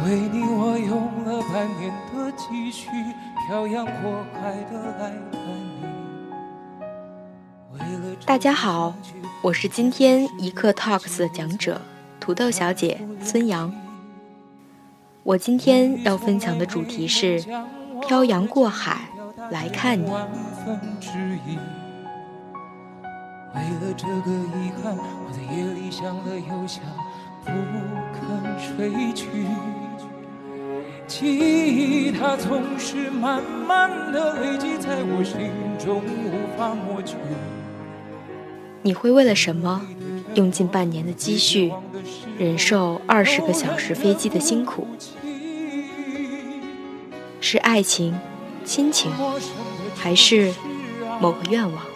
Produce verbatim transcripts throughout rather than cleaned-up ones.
为你我用了半年的积蓄，漂洋过海的来看你。 大家好，我是今天一刻 Talks 的讲者土豆小姐孙杨。我今天要分享的主题是漂洋过海来看你。 为了这个遗憾，我在夜里想了又想，不肯睡去。记忆它总是慢慢的累积在我心中，无法抹去。 你会为了什么用尽半年的积蓄，忍受二十个小时飞机的辛苦？是爱情、亲情，还是某个愿望？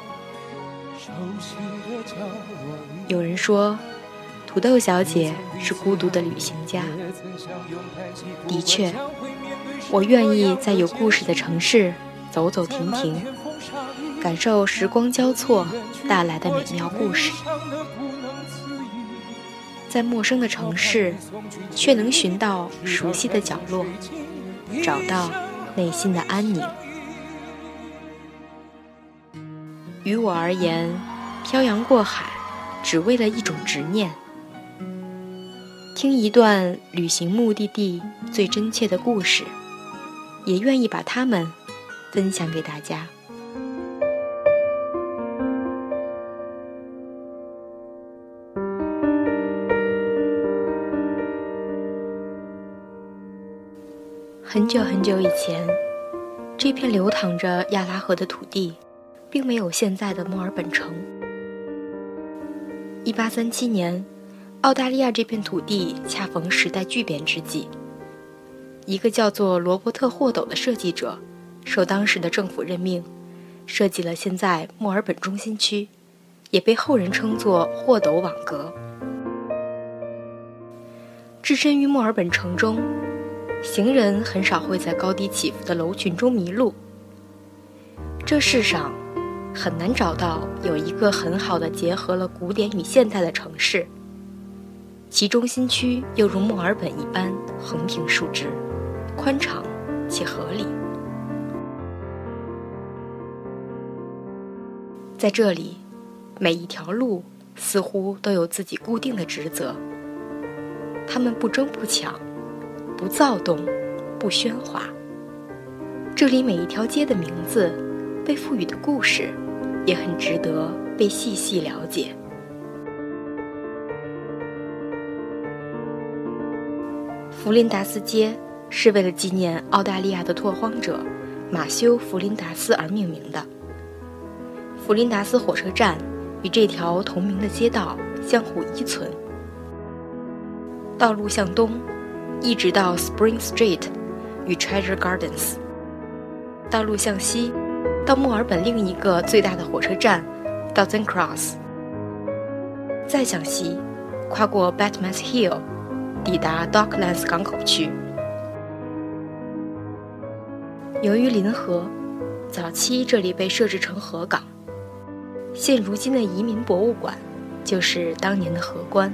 有人说，土豆小姐是孤独的旅行家。的确，我愿意在有故事的城市走走停停，感受时光交错带来的美妙故事。在陌生的城市，却能寻到熟悉的角落，找到内心的安宁。于我而言，漂洋过海只为了一种执念，听一段旅行目的地最真切的故事，也愿意把它们分享给大家。很久很久以前，这片流淌着亚拉河的土地并没有现在的墨尔本城。一八三七年，澳大利亚这片土地恰逢时代巨变之际，一个叫做罗伯特·霍斗的设计者受当时的政府任命，设计了现在墨尔本中心区，也被后人称作霍斗网格。置身于墨尔本城中，行人很少会在高低起伏的楼群中迷路。这世上很难找到有一个很好的结合了古典与现代的城市，其中心区又如墨尔本一般横平竖直，宽敞且合理。在这里，每一条路似乎都有自己固定的职责，它们不争不抢，不躁动，不喧哗。这里每一条街的名字被赋予的故事也很值得被细细了解。弗林达斯街是为了纪念澳大利亚的拓荒者马修·弗林达斯而命名的。弗林达斯火车站与这条同名的街道相互依存。道路向东，一直到 Spring Street 与 Treasure Gardens； 道路向西，到墨尔本另一个最大的火车站 Dawson Cross； 再向西，跨过 Batmans Hill， 抵达 Docklands 港口区。由于临河，早期这里被设置成河港，现如今的移民博物馆就是当年的河关。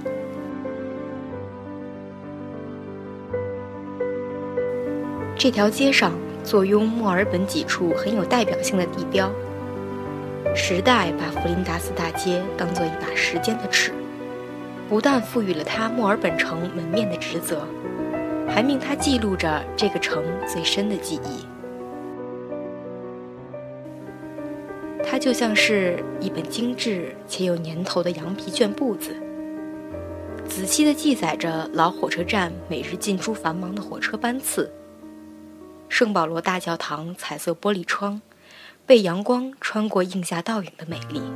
这条街上坐拥墨尔本几处很有代表性的地标。时代把弗林达斯大街当作一把时间的尺，不但赋予了它墨尔本城门面的职责，还命它记录着这个城最深的记忆。它就像是一本精致且有年头的羊皮卷簿子，仔细地记载着老火车站每日进出繁忙的火车班次，圣保罗大教堂彩色玻璃窗被阳光穿过映下倒影的美丽。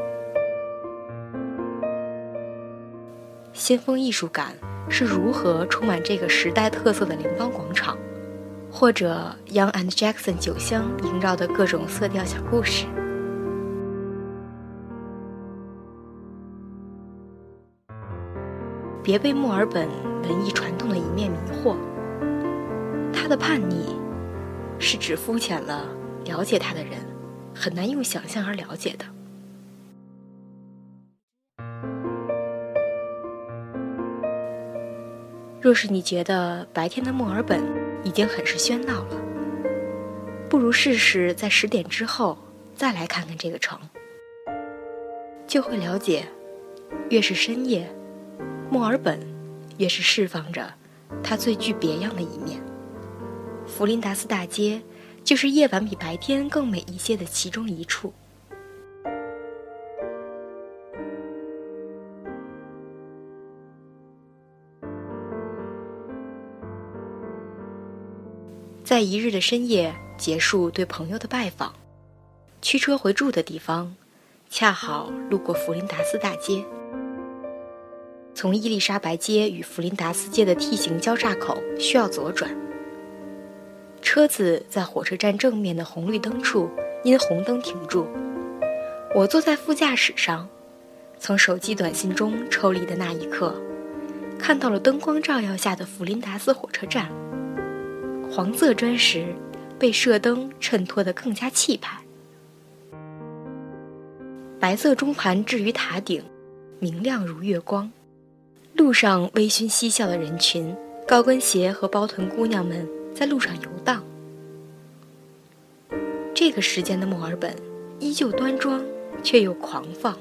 先锋艺术感是如何充满这个时代特色的联邦广场，或者 Young and Jackson 酒香萦绕的各种色调小故事。别被墨尔本文艺传统的一面迷惑，他的叛逆是指肤浅了了解他的人很难用想象而了解的。 若是你觉得白天的墨尔本已经很是喧闹了，不如试试在十点之后再来看看这个城，就会了解，越是深夜，墨尔本越是释放着它最具别样的一面。弗林达斯大街就是夜晚比白天更美一些的其中一处。在一日的深夜结束对朋友的拜访，驱车回住的地方，恰好路过弗林达斯大街。从伊丽莎白街与弗林达斯街的 T 型交叉口需要左转，车子在火车站正面的红绿灯处因红灯停住。我坐在副驾驶上，从手机短信中抽离的那一刻，看到了灯光照耀下的弗林达斯火车站。黄色砖石被射灯衬托得更加气派，白色中盘置于塔顶，明亮如月光。路上微醺嬉笑的人群，高跟鞋和包臀姑娘们在路上游荡。这个时间的墨尔本依旧端庄，却又狂放。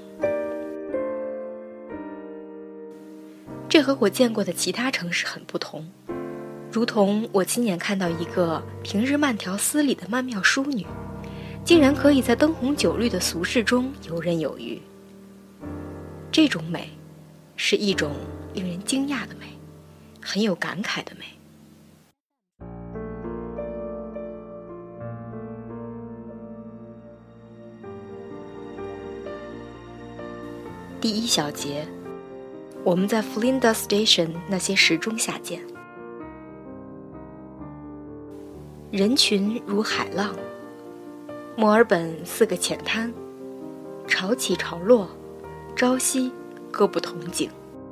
这和我见过的其他城市很不同，如同我亲眼看到一个平日慢条斯理的曼妙淑女，竟然可以在灯红酒绿的俗世中游刃有余。这种美，是一种令人惊讶的美，很有感慨的美。第一小节，我们在 Flinders Station 那些时钟下见。人群如海浪，墨尔本四个浅滩，潮起潮落，朝夕各不同景。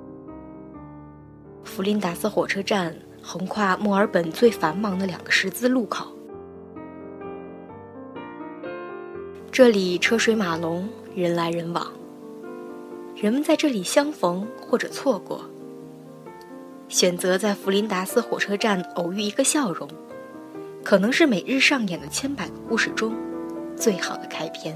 弗林达斯火车站横跨墨尔本最繁忙的两个十字路口，这里车水马龙，人来人往，人们在这里相逢或者错过，选择在弗林达斯火车站偶遇一个笑容，可能是每日上演的千百个故事中最好的开篇。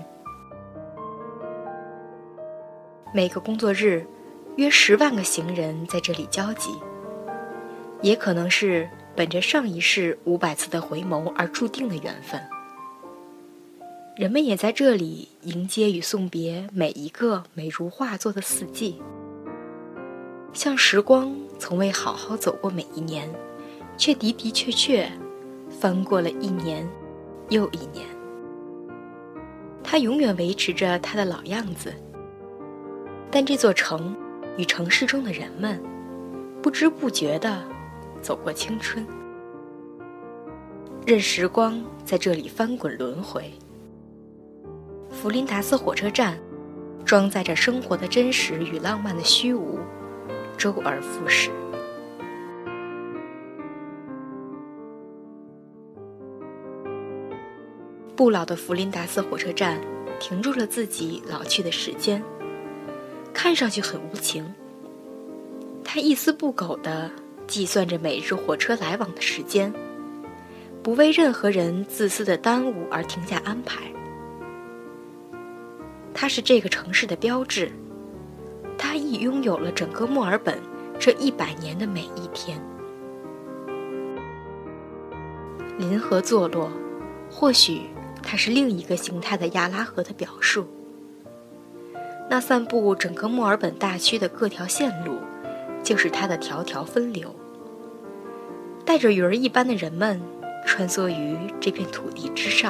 每个工作日约十万个行人在这里交集，也可能是本着上一世五百次的回眸而注定的缘分。人们也在这里迎接与送别每一个美如画作的四季，像时光从未好好走过每一年，却的的确确翻过了一年又一年。它永远维持着它的老样子，但这座城与城市中的人们不知不觉地走过青春，任时光在这里翻滚轮回。弗林达斯火车站装载着生活的真实与浪漫的虚无，周而复始。不老的弗林达斯火车站停住了自己老去的时间，看上去很无情。它一丝不苟地计算着每日火车来往的时间，不为任何人自私的耽误而停下安排。它是这个城市的标志，它亦拥有了整个墨尔本这一百年的每一天。临河坐落，或许它是另一个形态的亚拉河的表述。那散布整个墨尔本大区的各条线路，就是它的条条分流。带着鱼儿一般的人们穿梭于这片土地之上。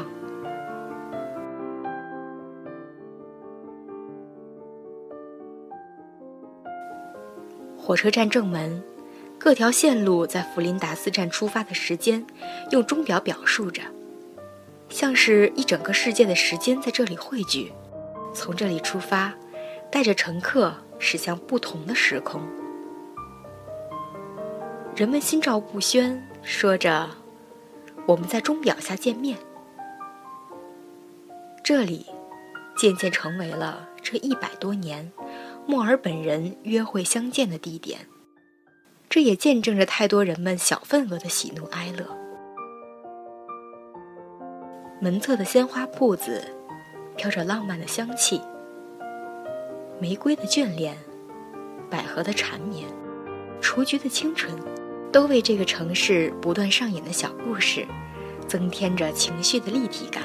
火车站正门，各条线路在弗林达斯站出发的时间用钟表表述着，像是一整个世界的时间在这里汇聚，从这里出发，带着乘客驶向不同的时空。人们心照不宣，说着我们在钟表下见面。这里渐渐成为了这一百多年墨尔本人约会相见的地点， 这也见证着太多人们小份额的喜怒哀乐。门侧的鲜花铺子飘着浪漫的香气，玫瑰的眷恋，百合的缠绵，雏菊的清纯，都为这个城市不断上演的小故事增添着情绪的立体感。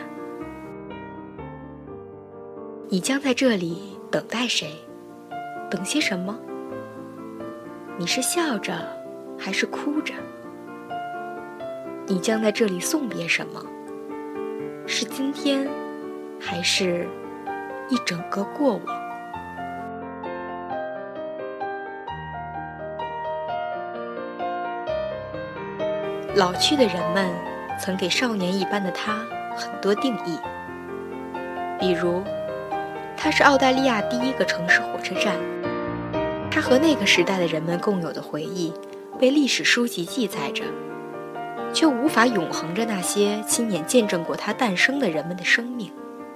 你将在这里等待谁？等些什么？你是笑着还是哭着？你将在这里送别什么？是今天，还是一整个过往？老去的人们曾给少年一般的他很多定义，比如它是澳大利亚第一个城市火车站，它和那个时代的人们共有的回忆被历史书籍记载着，却无法永恒着那些亲眼见证过它诞生的人们的生命。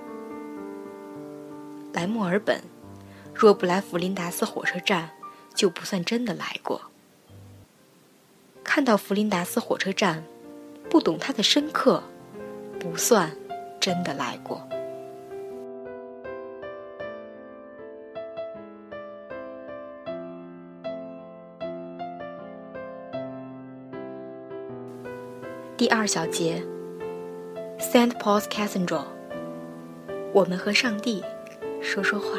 来墨尔本，若不来弗林达斯火车站，就不算真的来过。看到弗林达斯火车站，不懂它的深刻，不算真的来过。第二小节 Saint Paul's Cathedral， 我们和上帝说说话。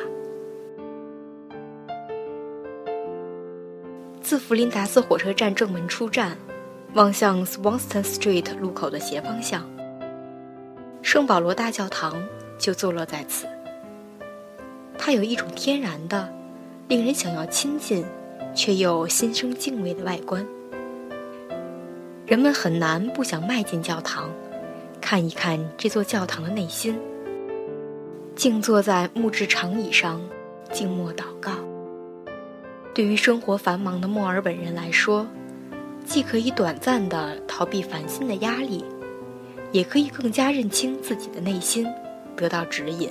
自弗林达斯火车站正门出站，望向 Swanston Street 路口的斜方向，圣保罗大教堂就坐落在此。它有一种天然的令人想要亲近却又心生敬畏的外观，人们很难不想迈进教堂，看一看这座教堂的内心，静坐在木质长椅上静默祷告。对于生活繁忙的墨尔本人来说，既可以短暂地逃避烦心的压力，也可以更加认清自己的内心，得到指引。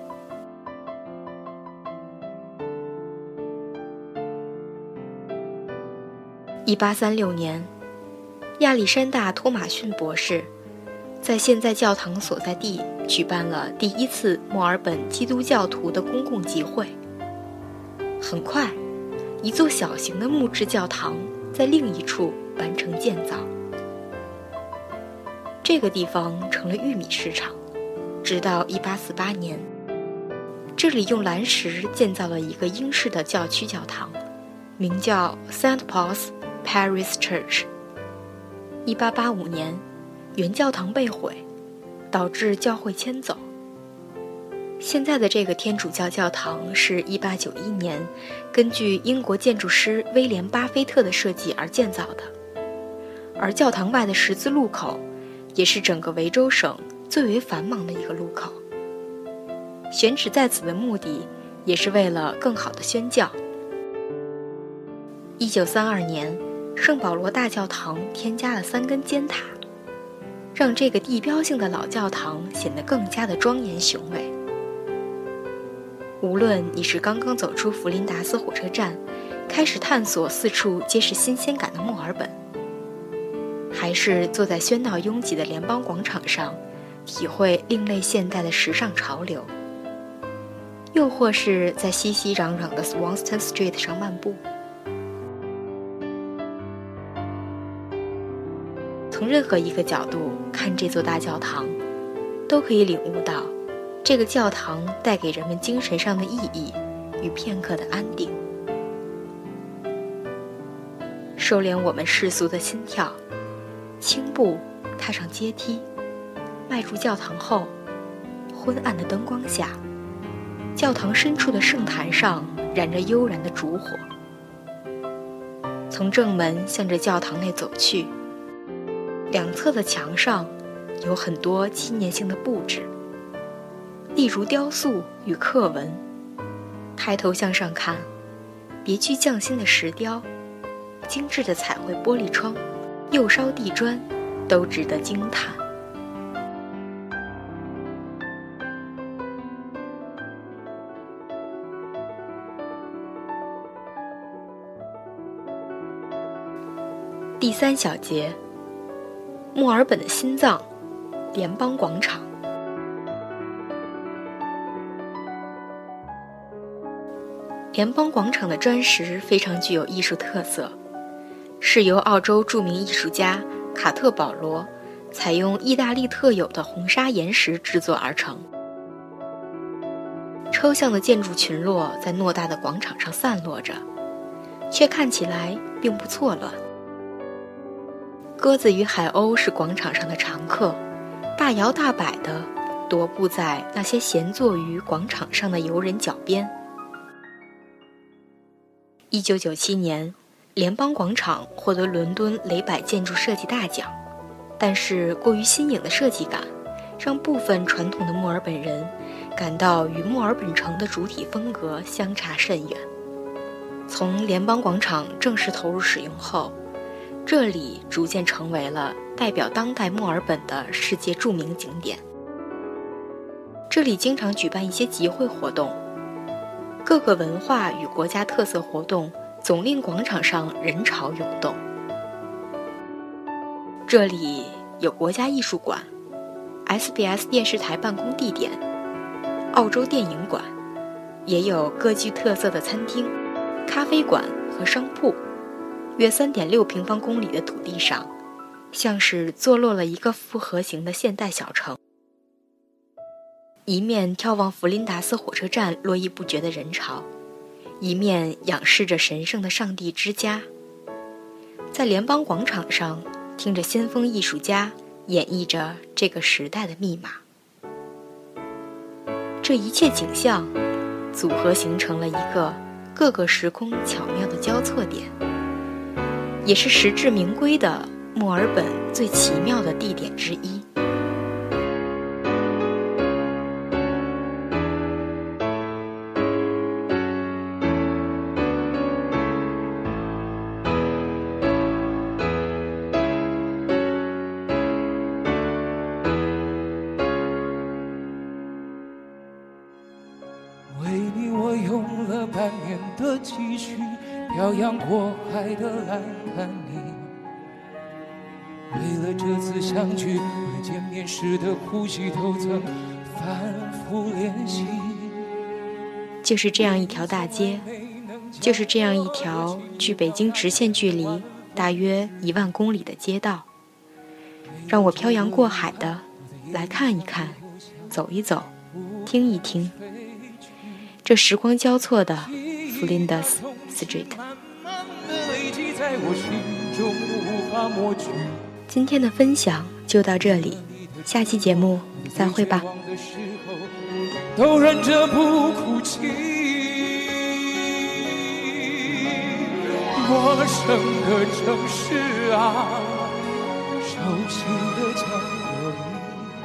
一八三六年，亚历山大·托马逊博士在现在教堂所在地举办了第一次墨尔本基督教徒的公共集会。很快，一座小型的木质教堂在另一处完成建造。这个地方成了玉米市场，直到一八四八年，这里用蓝石建造了一个英式的教区教堂，名叫 Saint Paul's Parish Church。一八八五年，原教堂被毁，导致教会迁走。现在的这个天主教教堂是一八九一年根据英国建筑师威廉·巴菲特的设计而建造的，而教堂外的十字路口也是整个维州省最为繁忙的一个路口。选址在此的目的也是为了更好的宣教。一九三二年，圣保罗大教堂添加了三根尖塔，让这个地标性的老教堂显得更加的庄严雄伟。无论你是刚刚走出弗林达斯火车站，开始探索四处皆是新鲜感的墨尔本，还是坐在喧闹拥挤的联邦广场上，体会另类现代的时尚潮流，又或是在熙熙攘攘的 Swanston Street 上漫步，从任何一个角度看这座大教堂，都可以领悟到这个教堂带给人们精神上的意义与片刻的安定。收敛我们世俗的心跳，轻步踏上阶梯，迈入教堂后，昏暗的灯光下，教堂深处的圣坛上燃着悠然的烛火。从正门向着教堂内走去，两侧的墙上有很多纪念性的布置，例如雕塑与刻纹。抬头向上看，别具匠心的石雕，精致的彩绘玻璃窗，釉烧地砖，都值得惊叹。 第三小节，墨尔本的心脏，联邦广场。联邦广场的砖石非常具有艺术特色，是由澳洲著名艺术家卡特·保罗采用意大利特有的红砂岩石制作而成。抽象的建筑群落在偌大的广场上散落着，却看起来并不错乱。鸽子与海鸥是广场上的常客，大摇大摆地踱步在那些闲坐于广场上的游人脚边。一九九七年，联邦广场获得伦敦雷柏建筑设计大奖，但是过于新颖的设计感让部分传统的墨尔本人感到与墨尔本城的主体风格相差甚远。从联邦广场正式投入使用后，这里逐渐成为了代表当代墨尔本的世界著名景点。这里经常举办一些集会活动，各个文化与国家特色活动总令广场上人潮涌动。这里有国家艺术馆、S B S 电视台办公地点、澳洲电影馆，也有各具特色的餐厅、咖啡馆和商铺。约 三点六平方公里的土地上，像是坐落了一个复合型的现代小城。一面眺望弗林达斯火车站络绎不绝的人潮，一面仰视着神圣的上帝之家。在联邦广场上，听着先锋艺术家演绎着这个时代的密码。这一切景象组合形成了一个各个时空巧妙的交错点，也是实至名归的墨尔本最奇妙的地点之一。 为你我用了半年的积蓄，漂洋过海的来看你。为了这次相聚，为了见面时的呼吸，都曾反复练习。 就是这样一条大街，就是这样一条距北京直线距离大约一万公里的街道，让我漂洋过海的来看一看，走一走，听一听这时光交错的 Flinders Street。 今天的分享就到这里，下期节目再会吧。 都忍着不哭泣，陌生的城市啊，熟悉的角落里，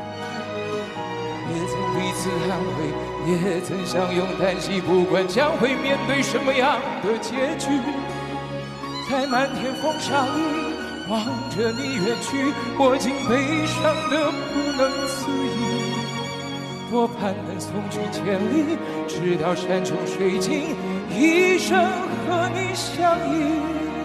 也曾彼此安慰，也曾相拥叹息，不管将会面对什么样的结局。在漫天风沙里望着你远去，我竟悲伤得不能自已。多盼能送君千里，直到山穷水尽，一生和你相依。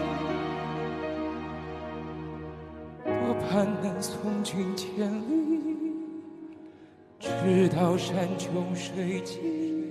多盼能送君千里，直到山穷水尽。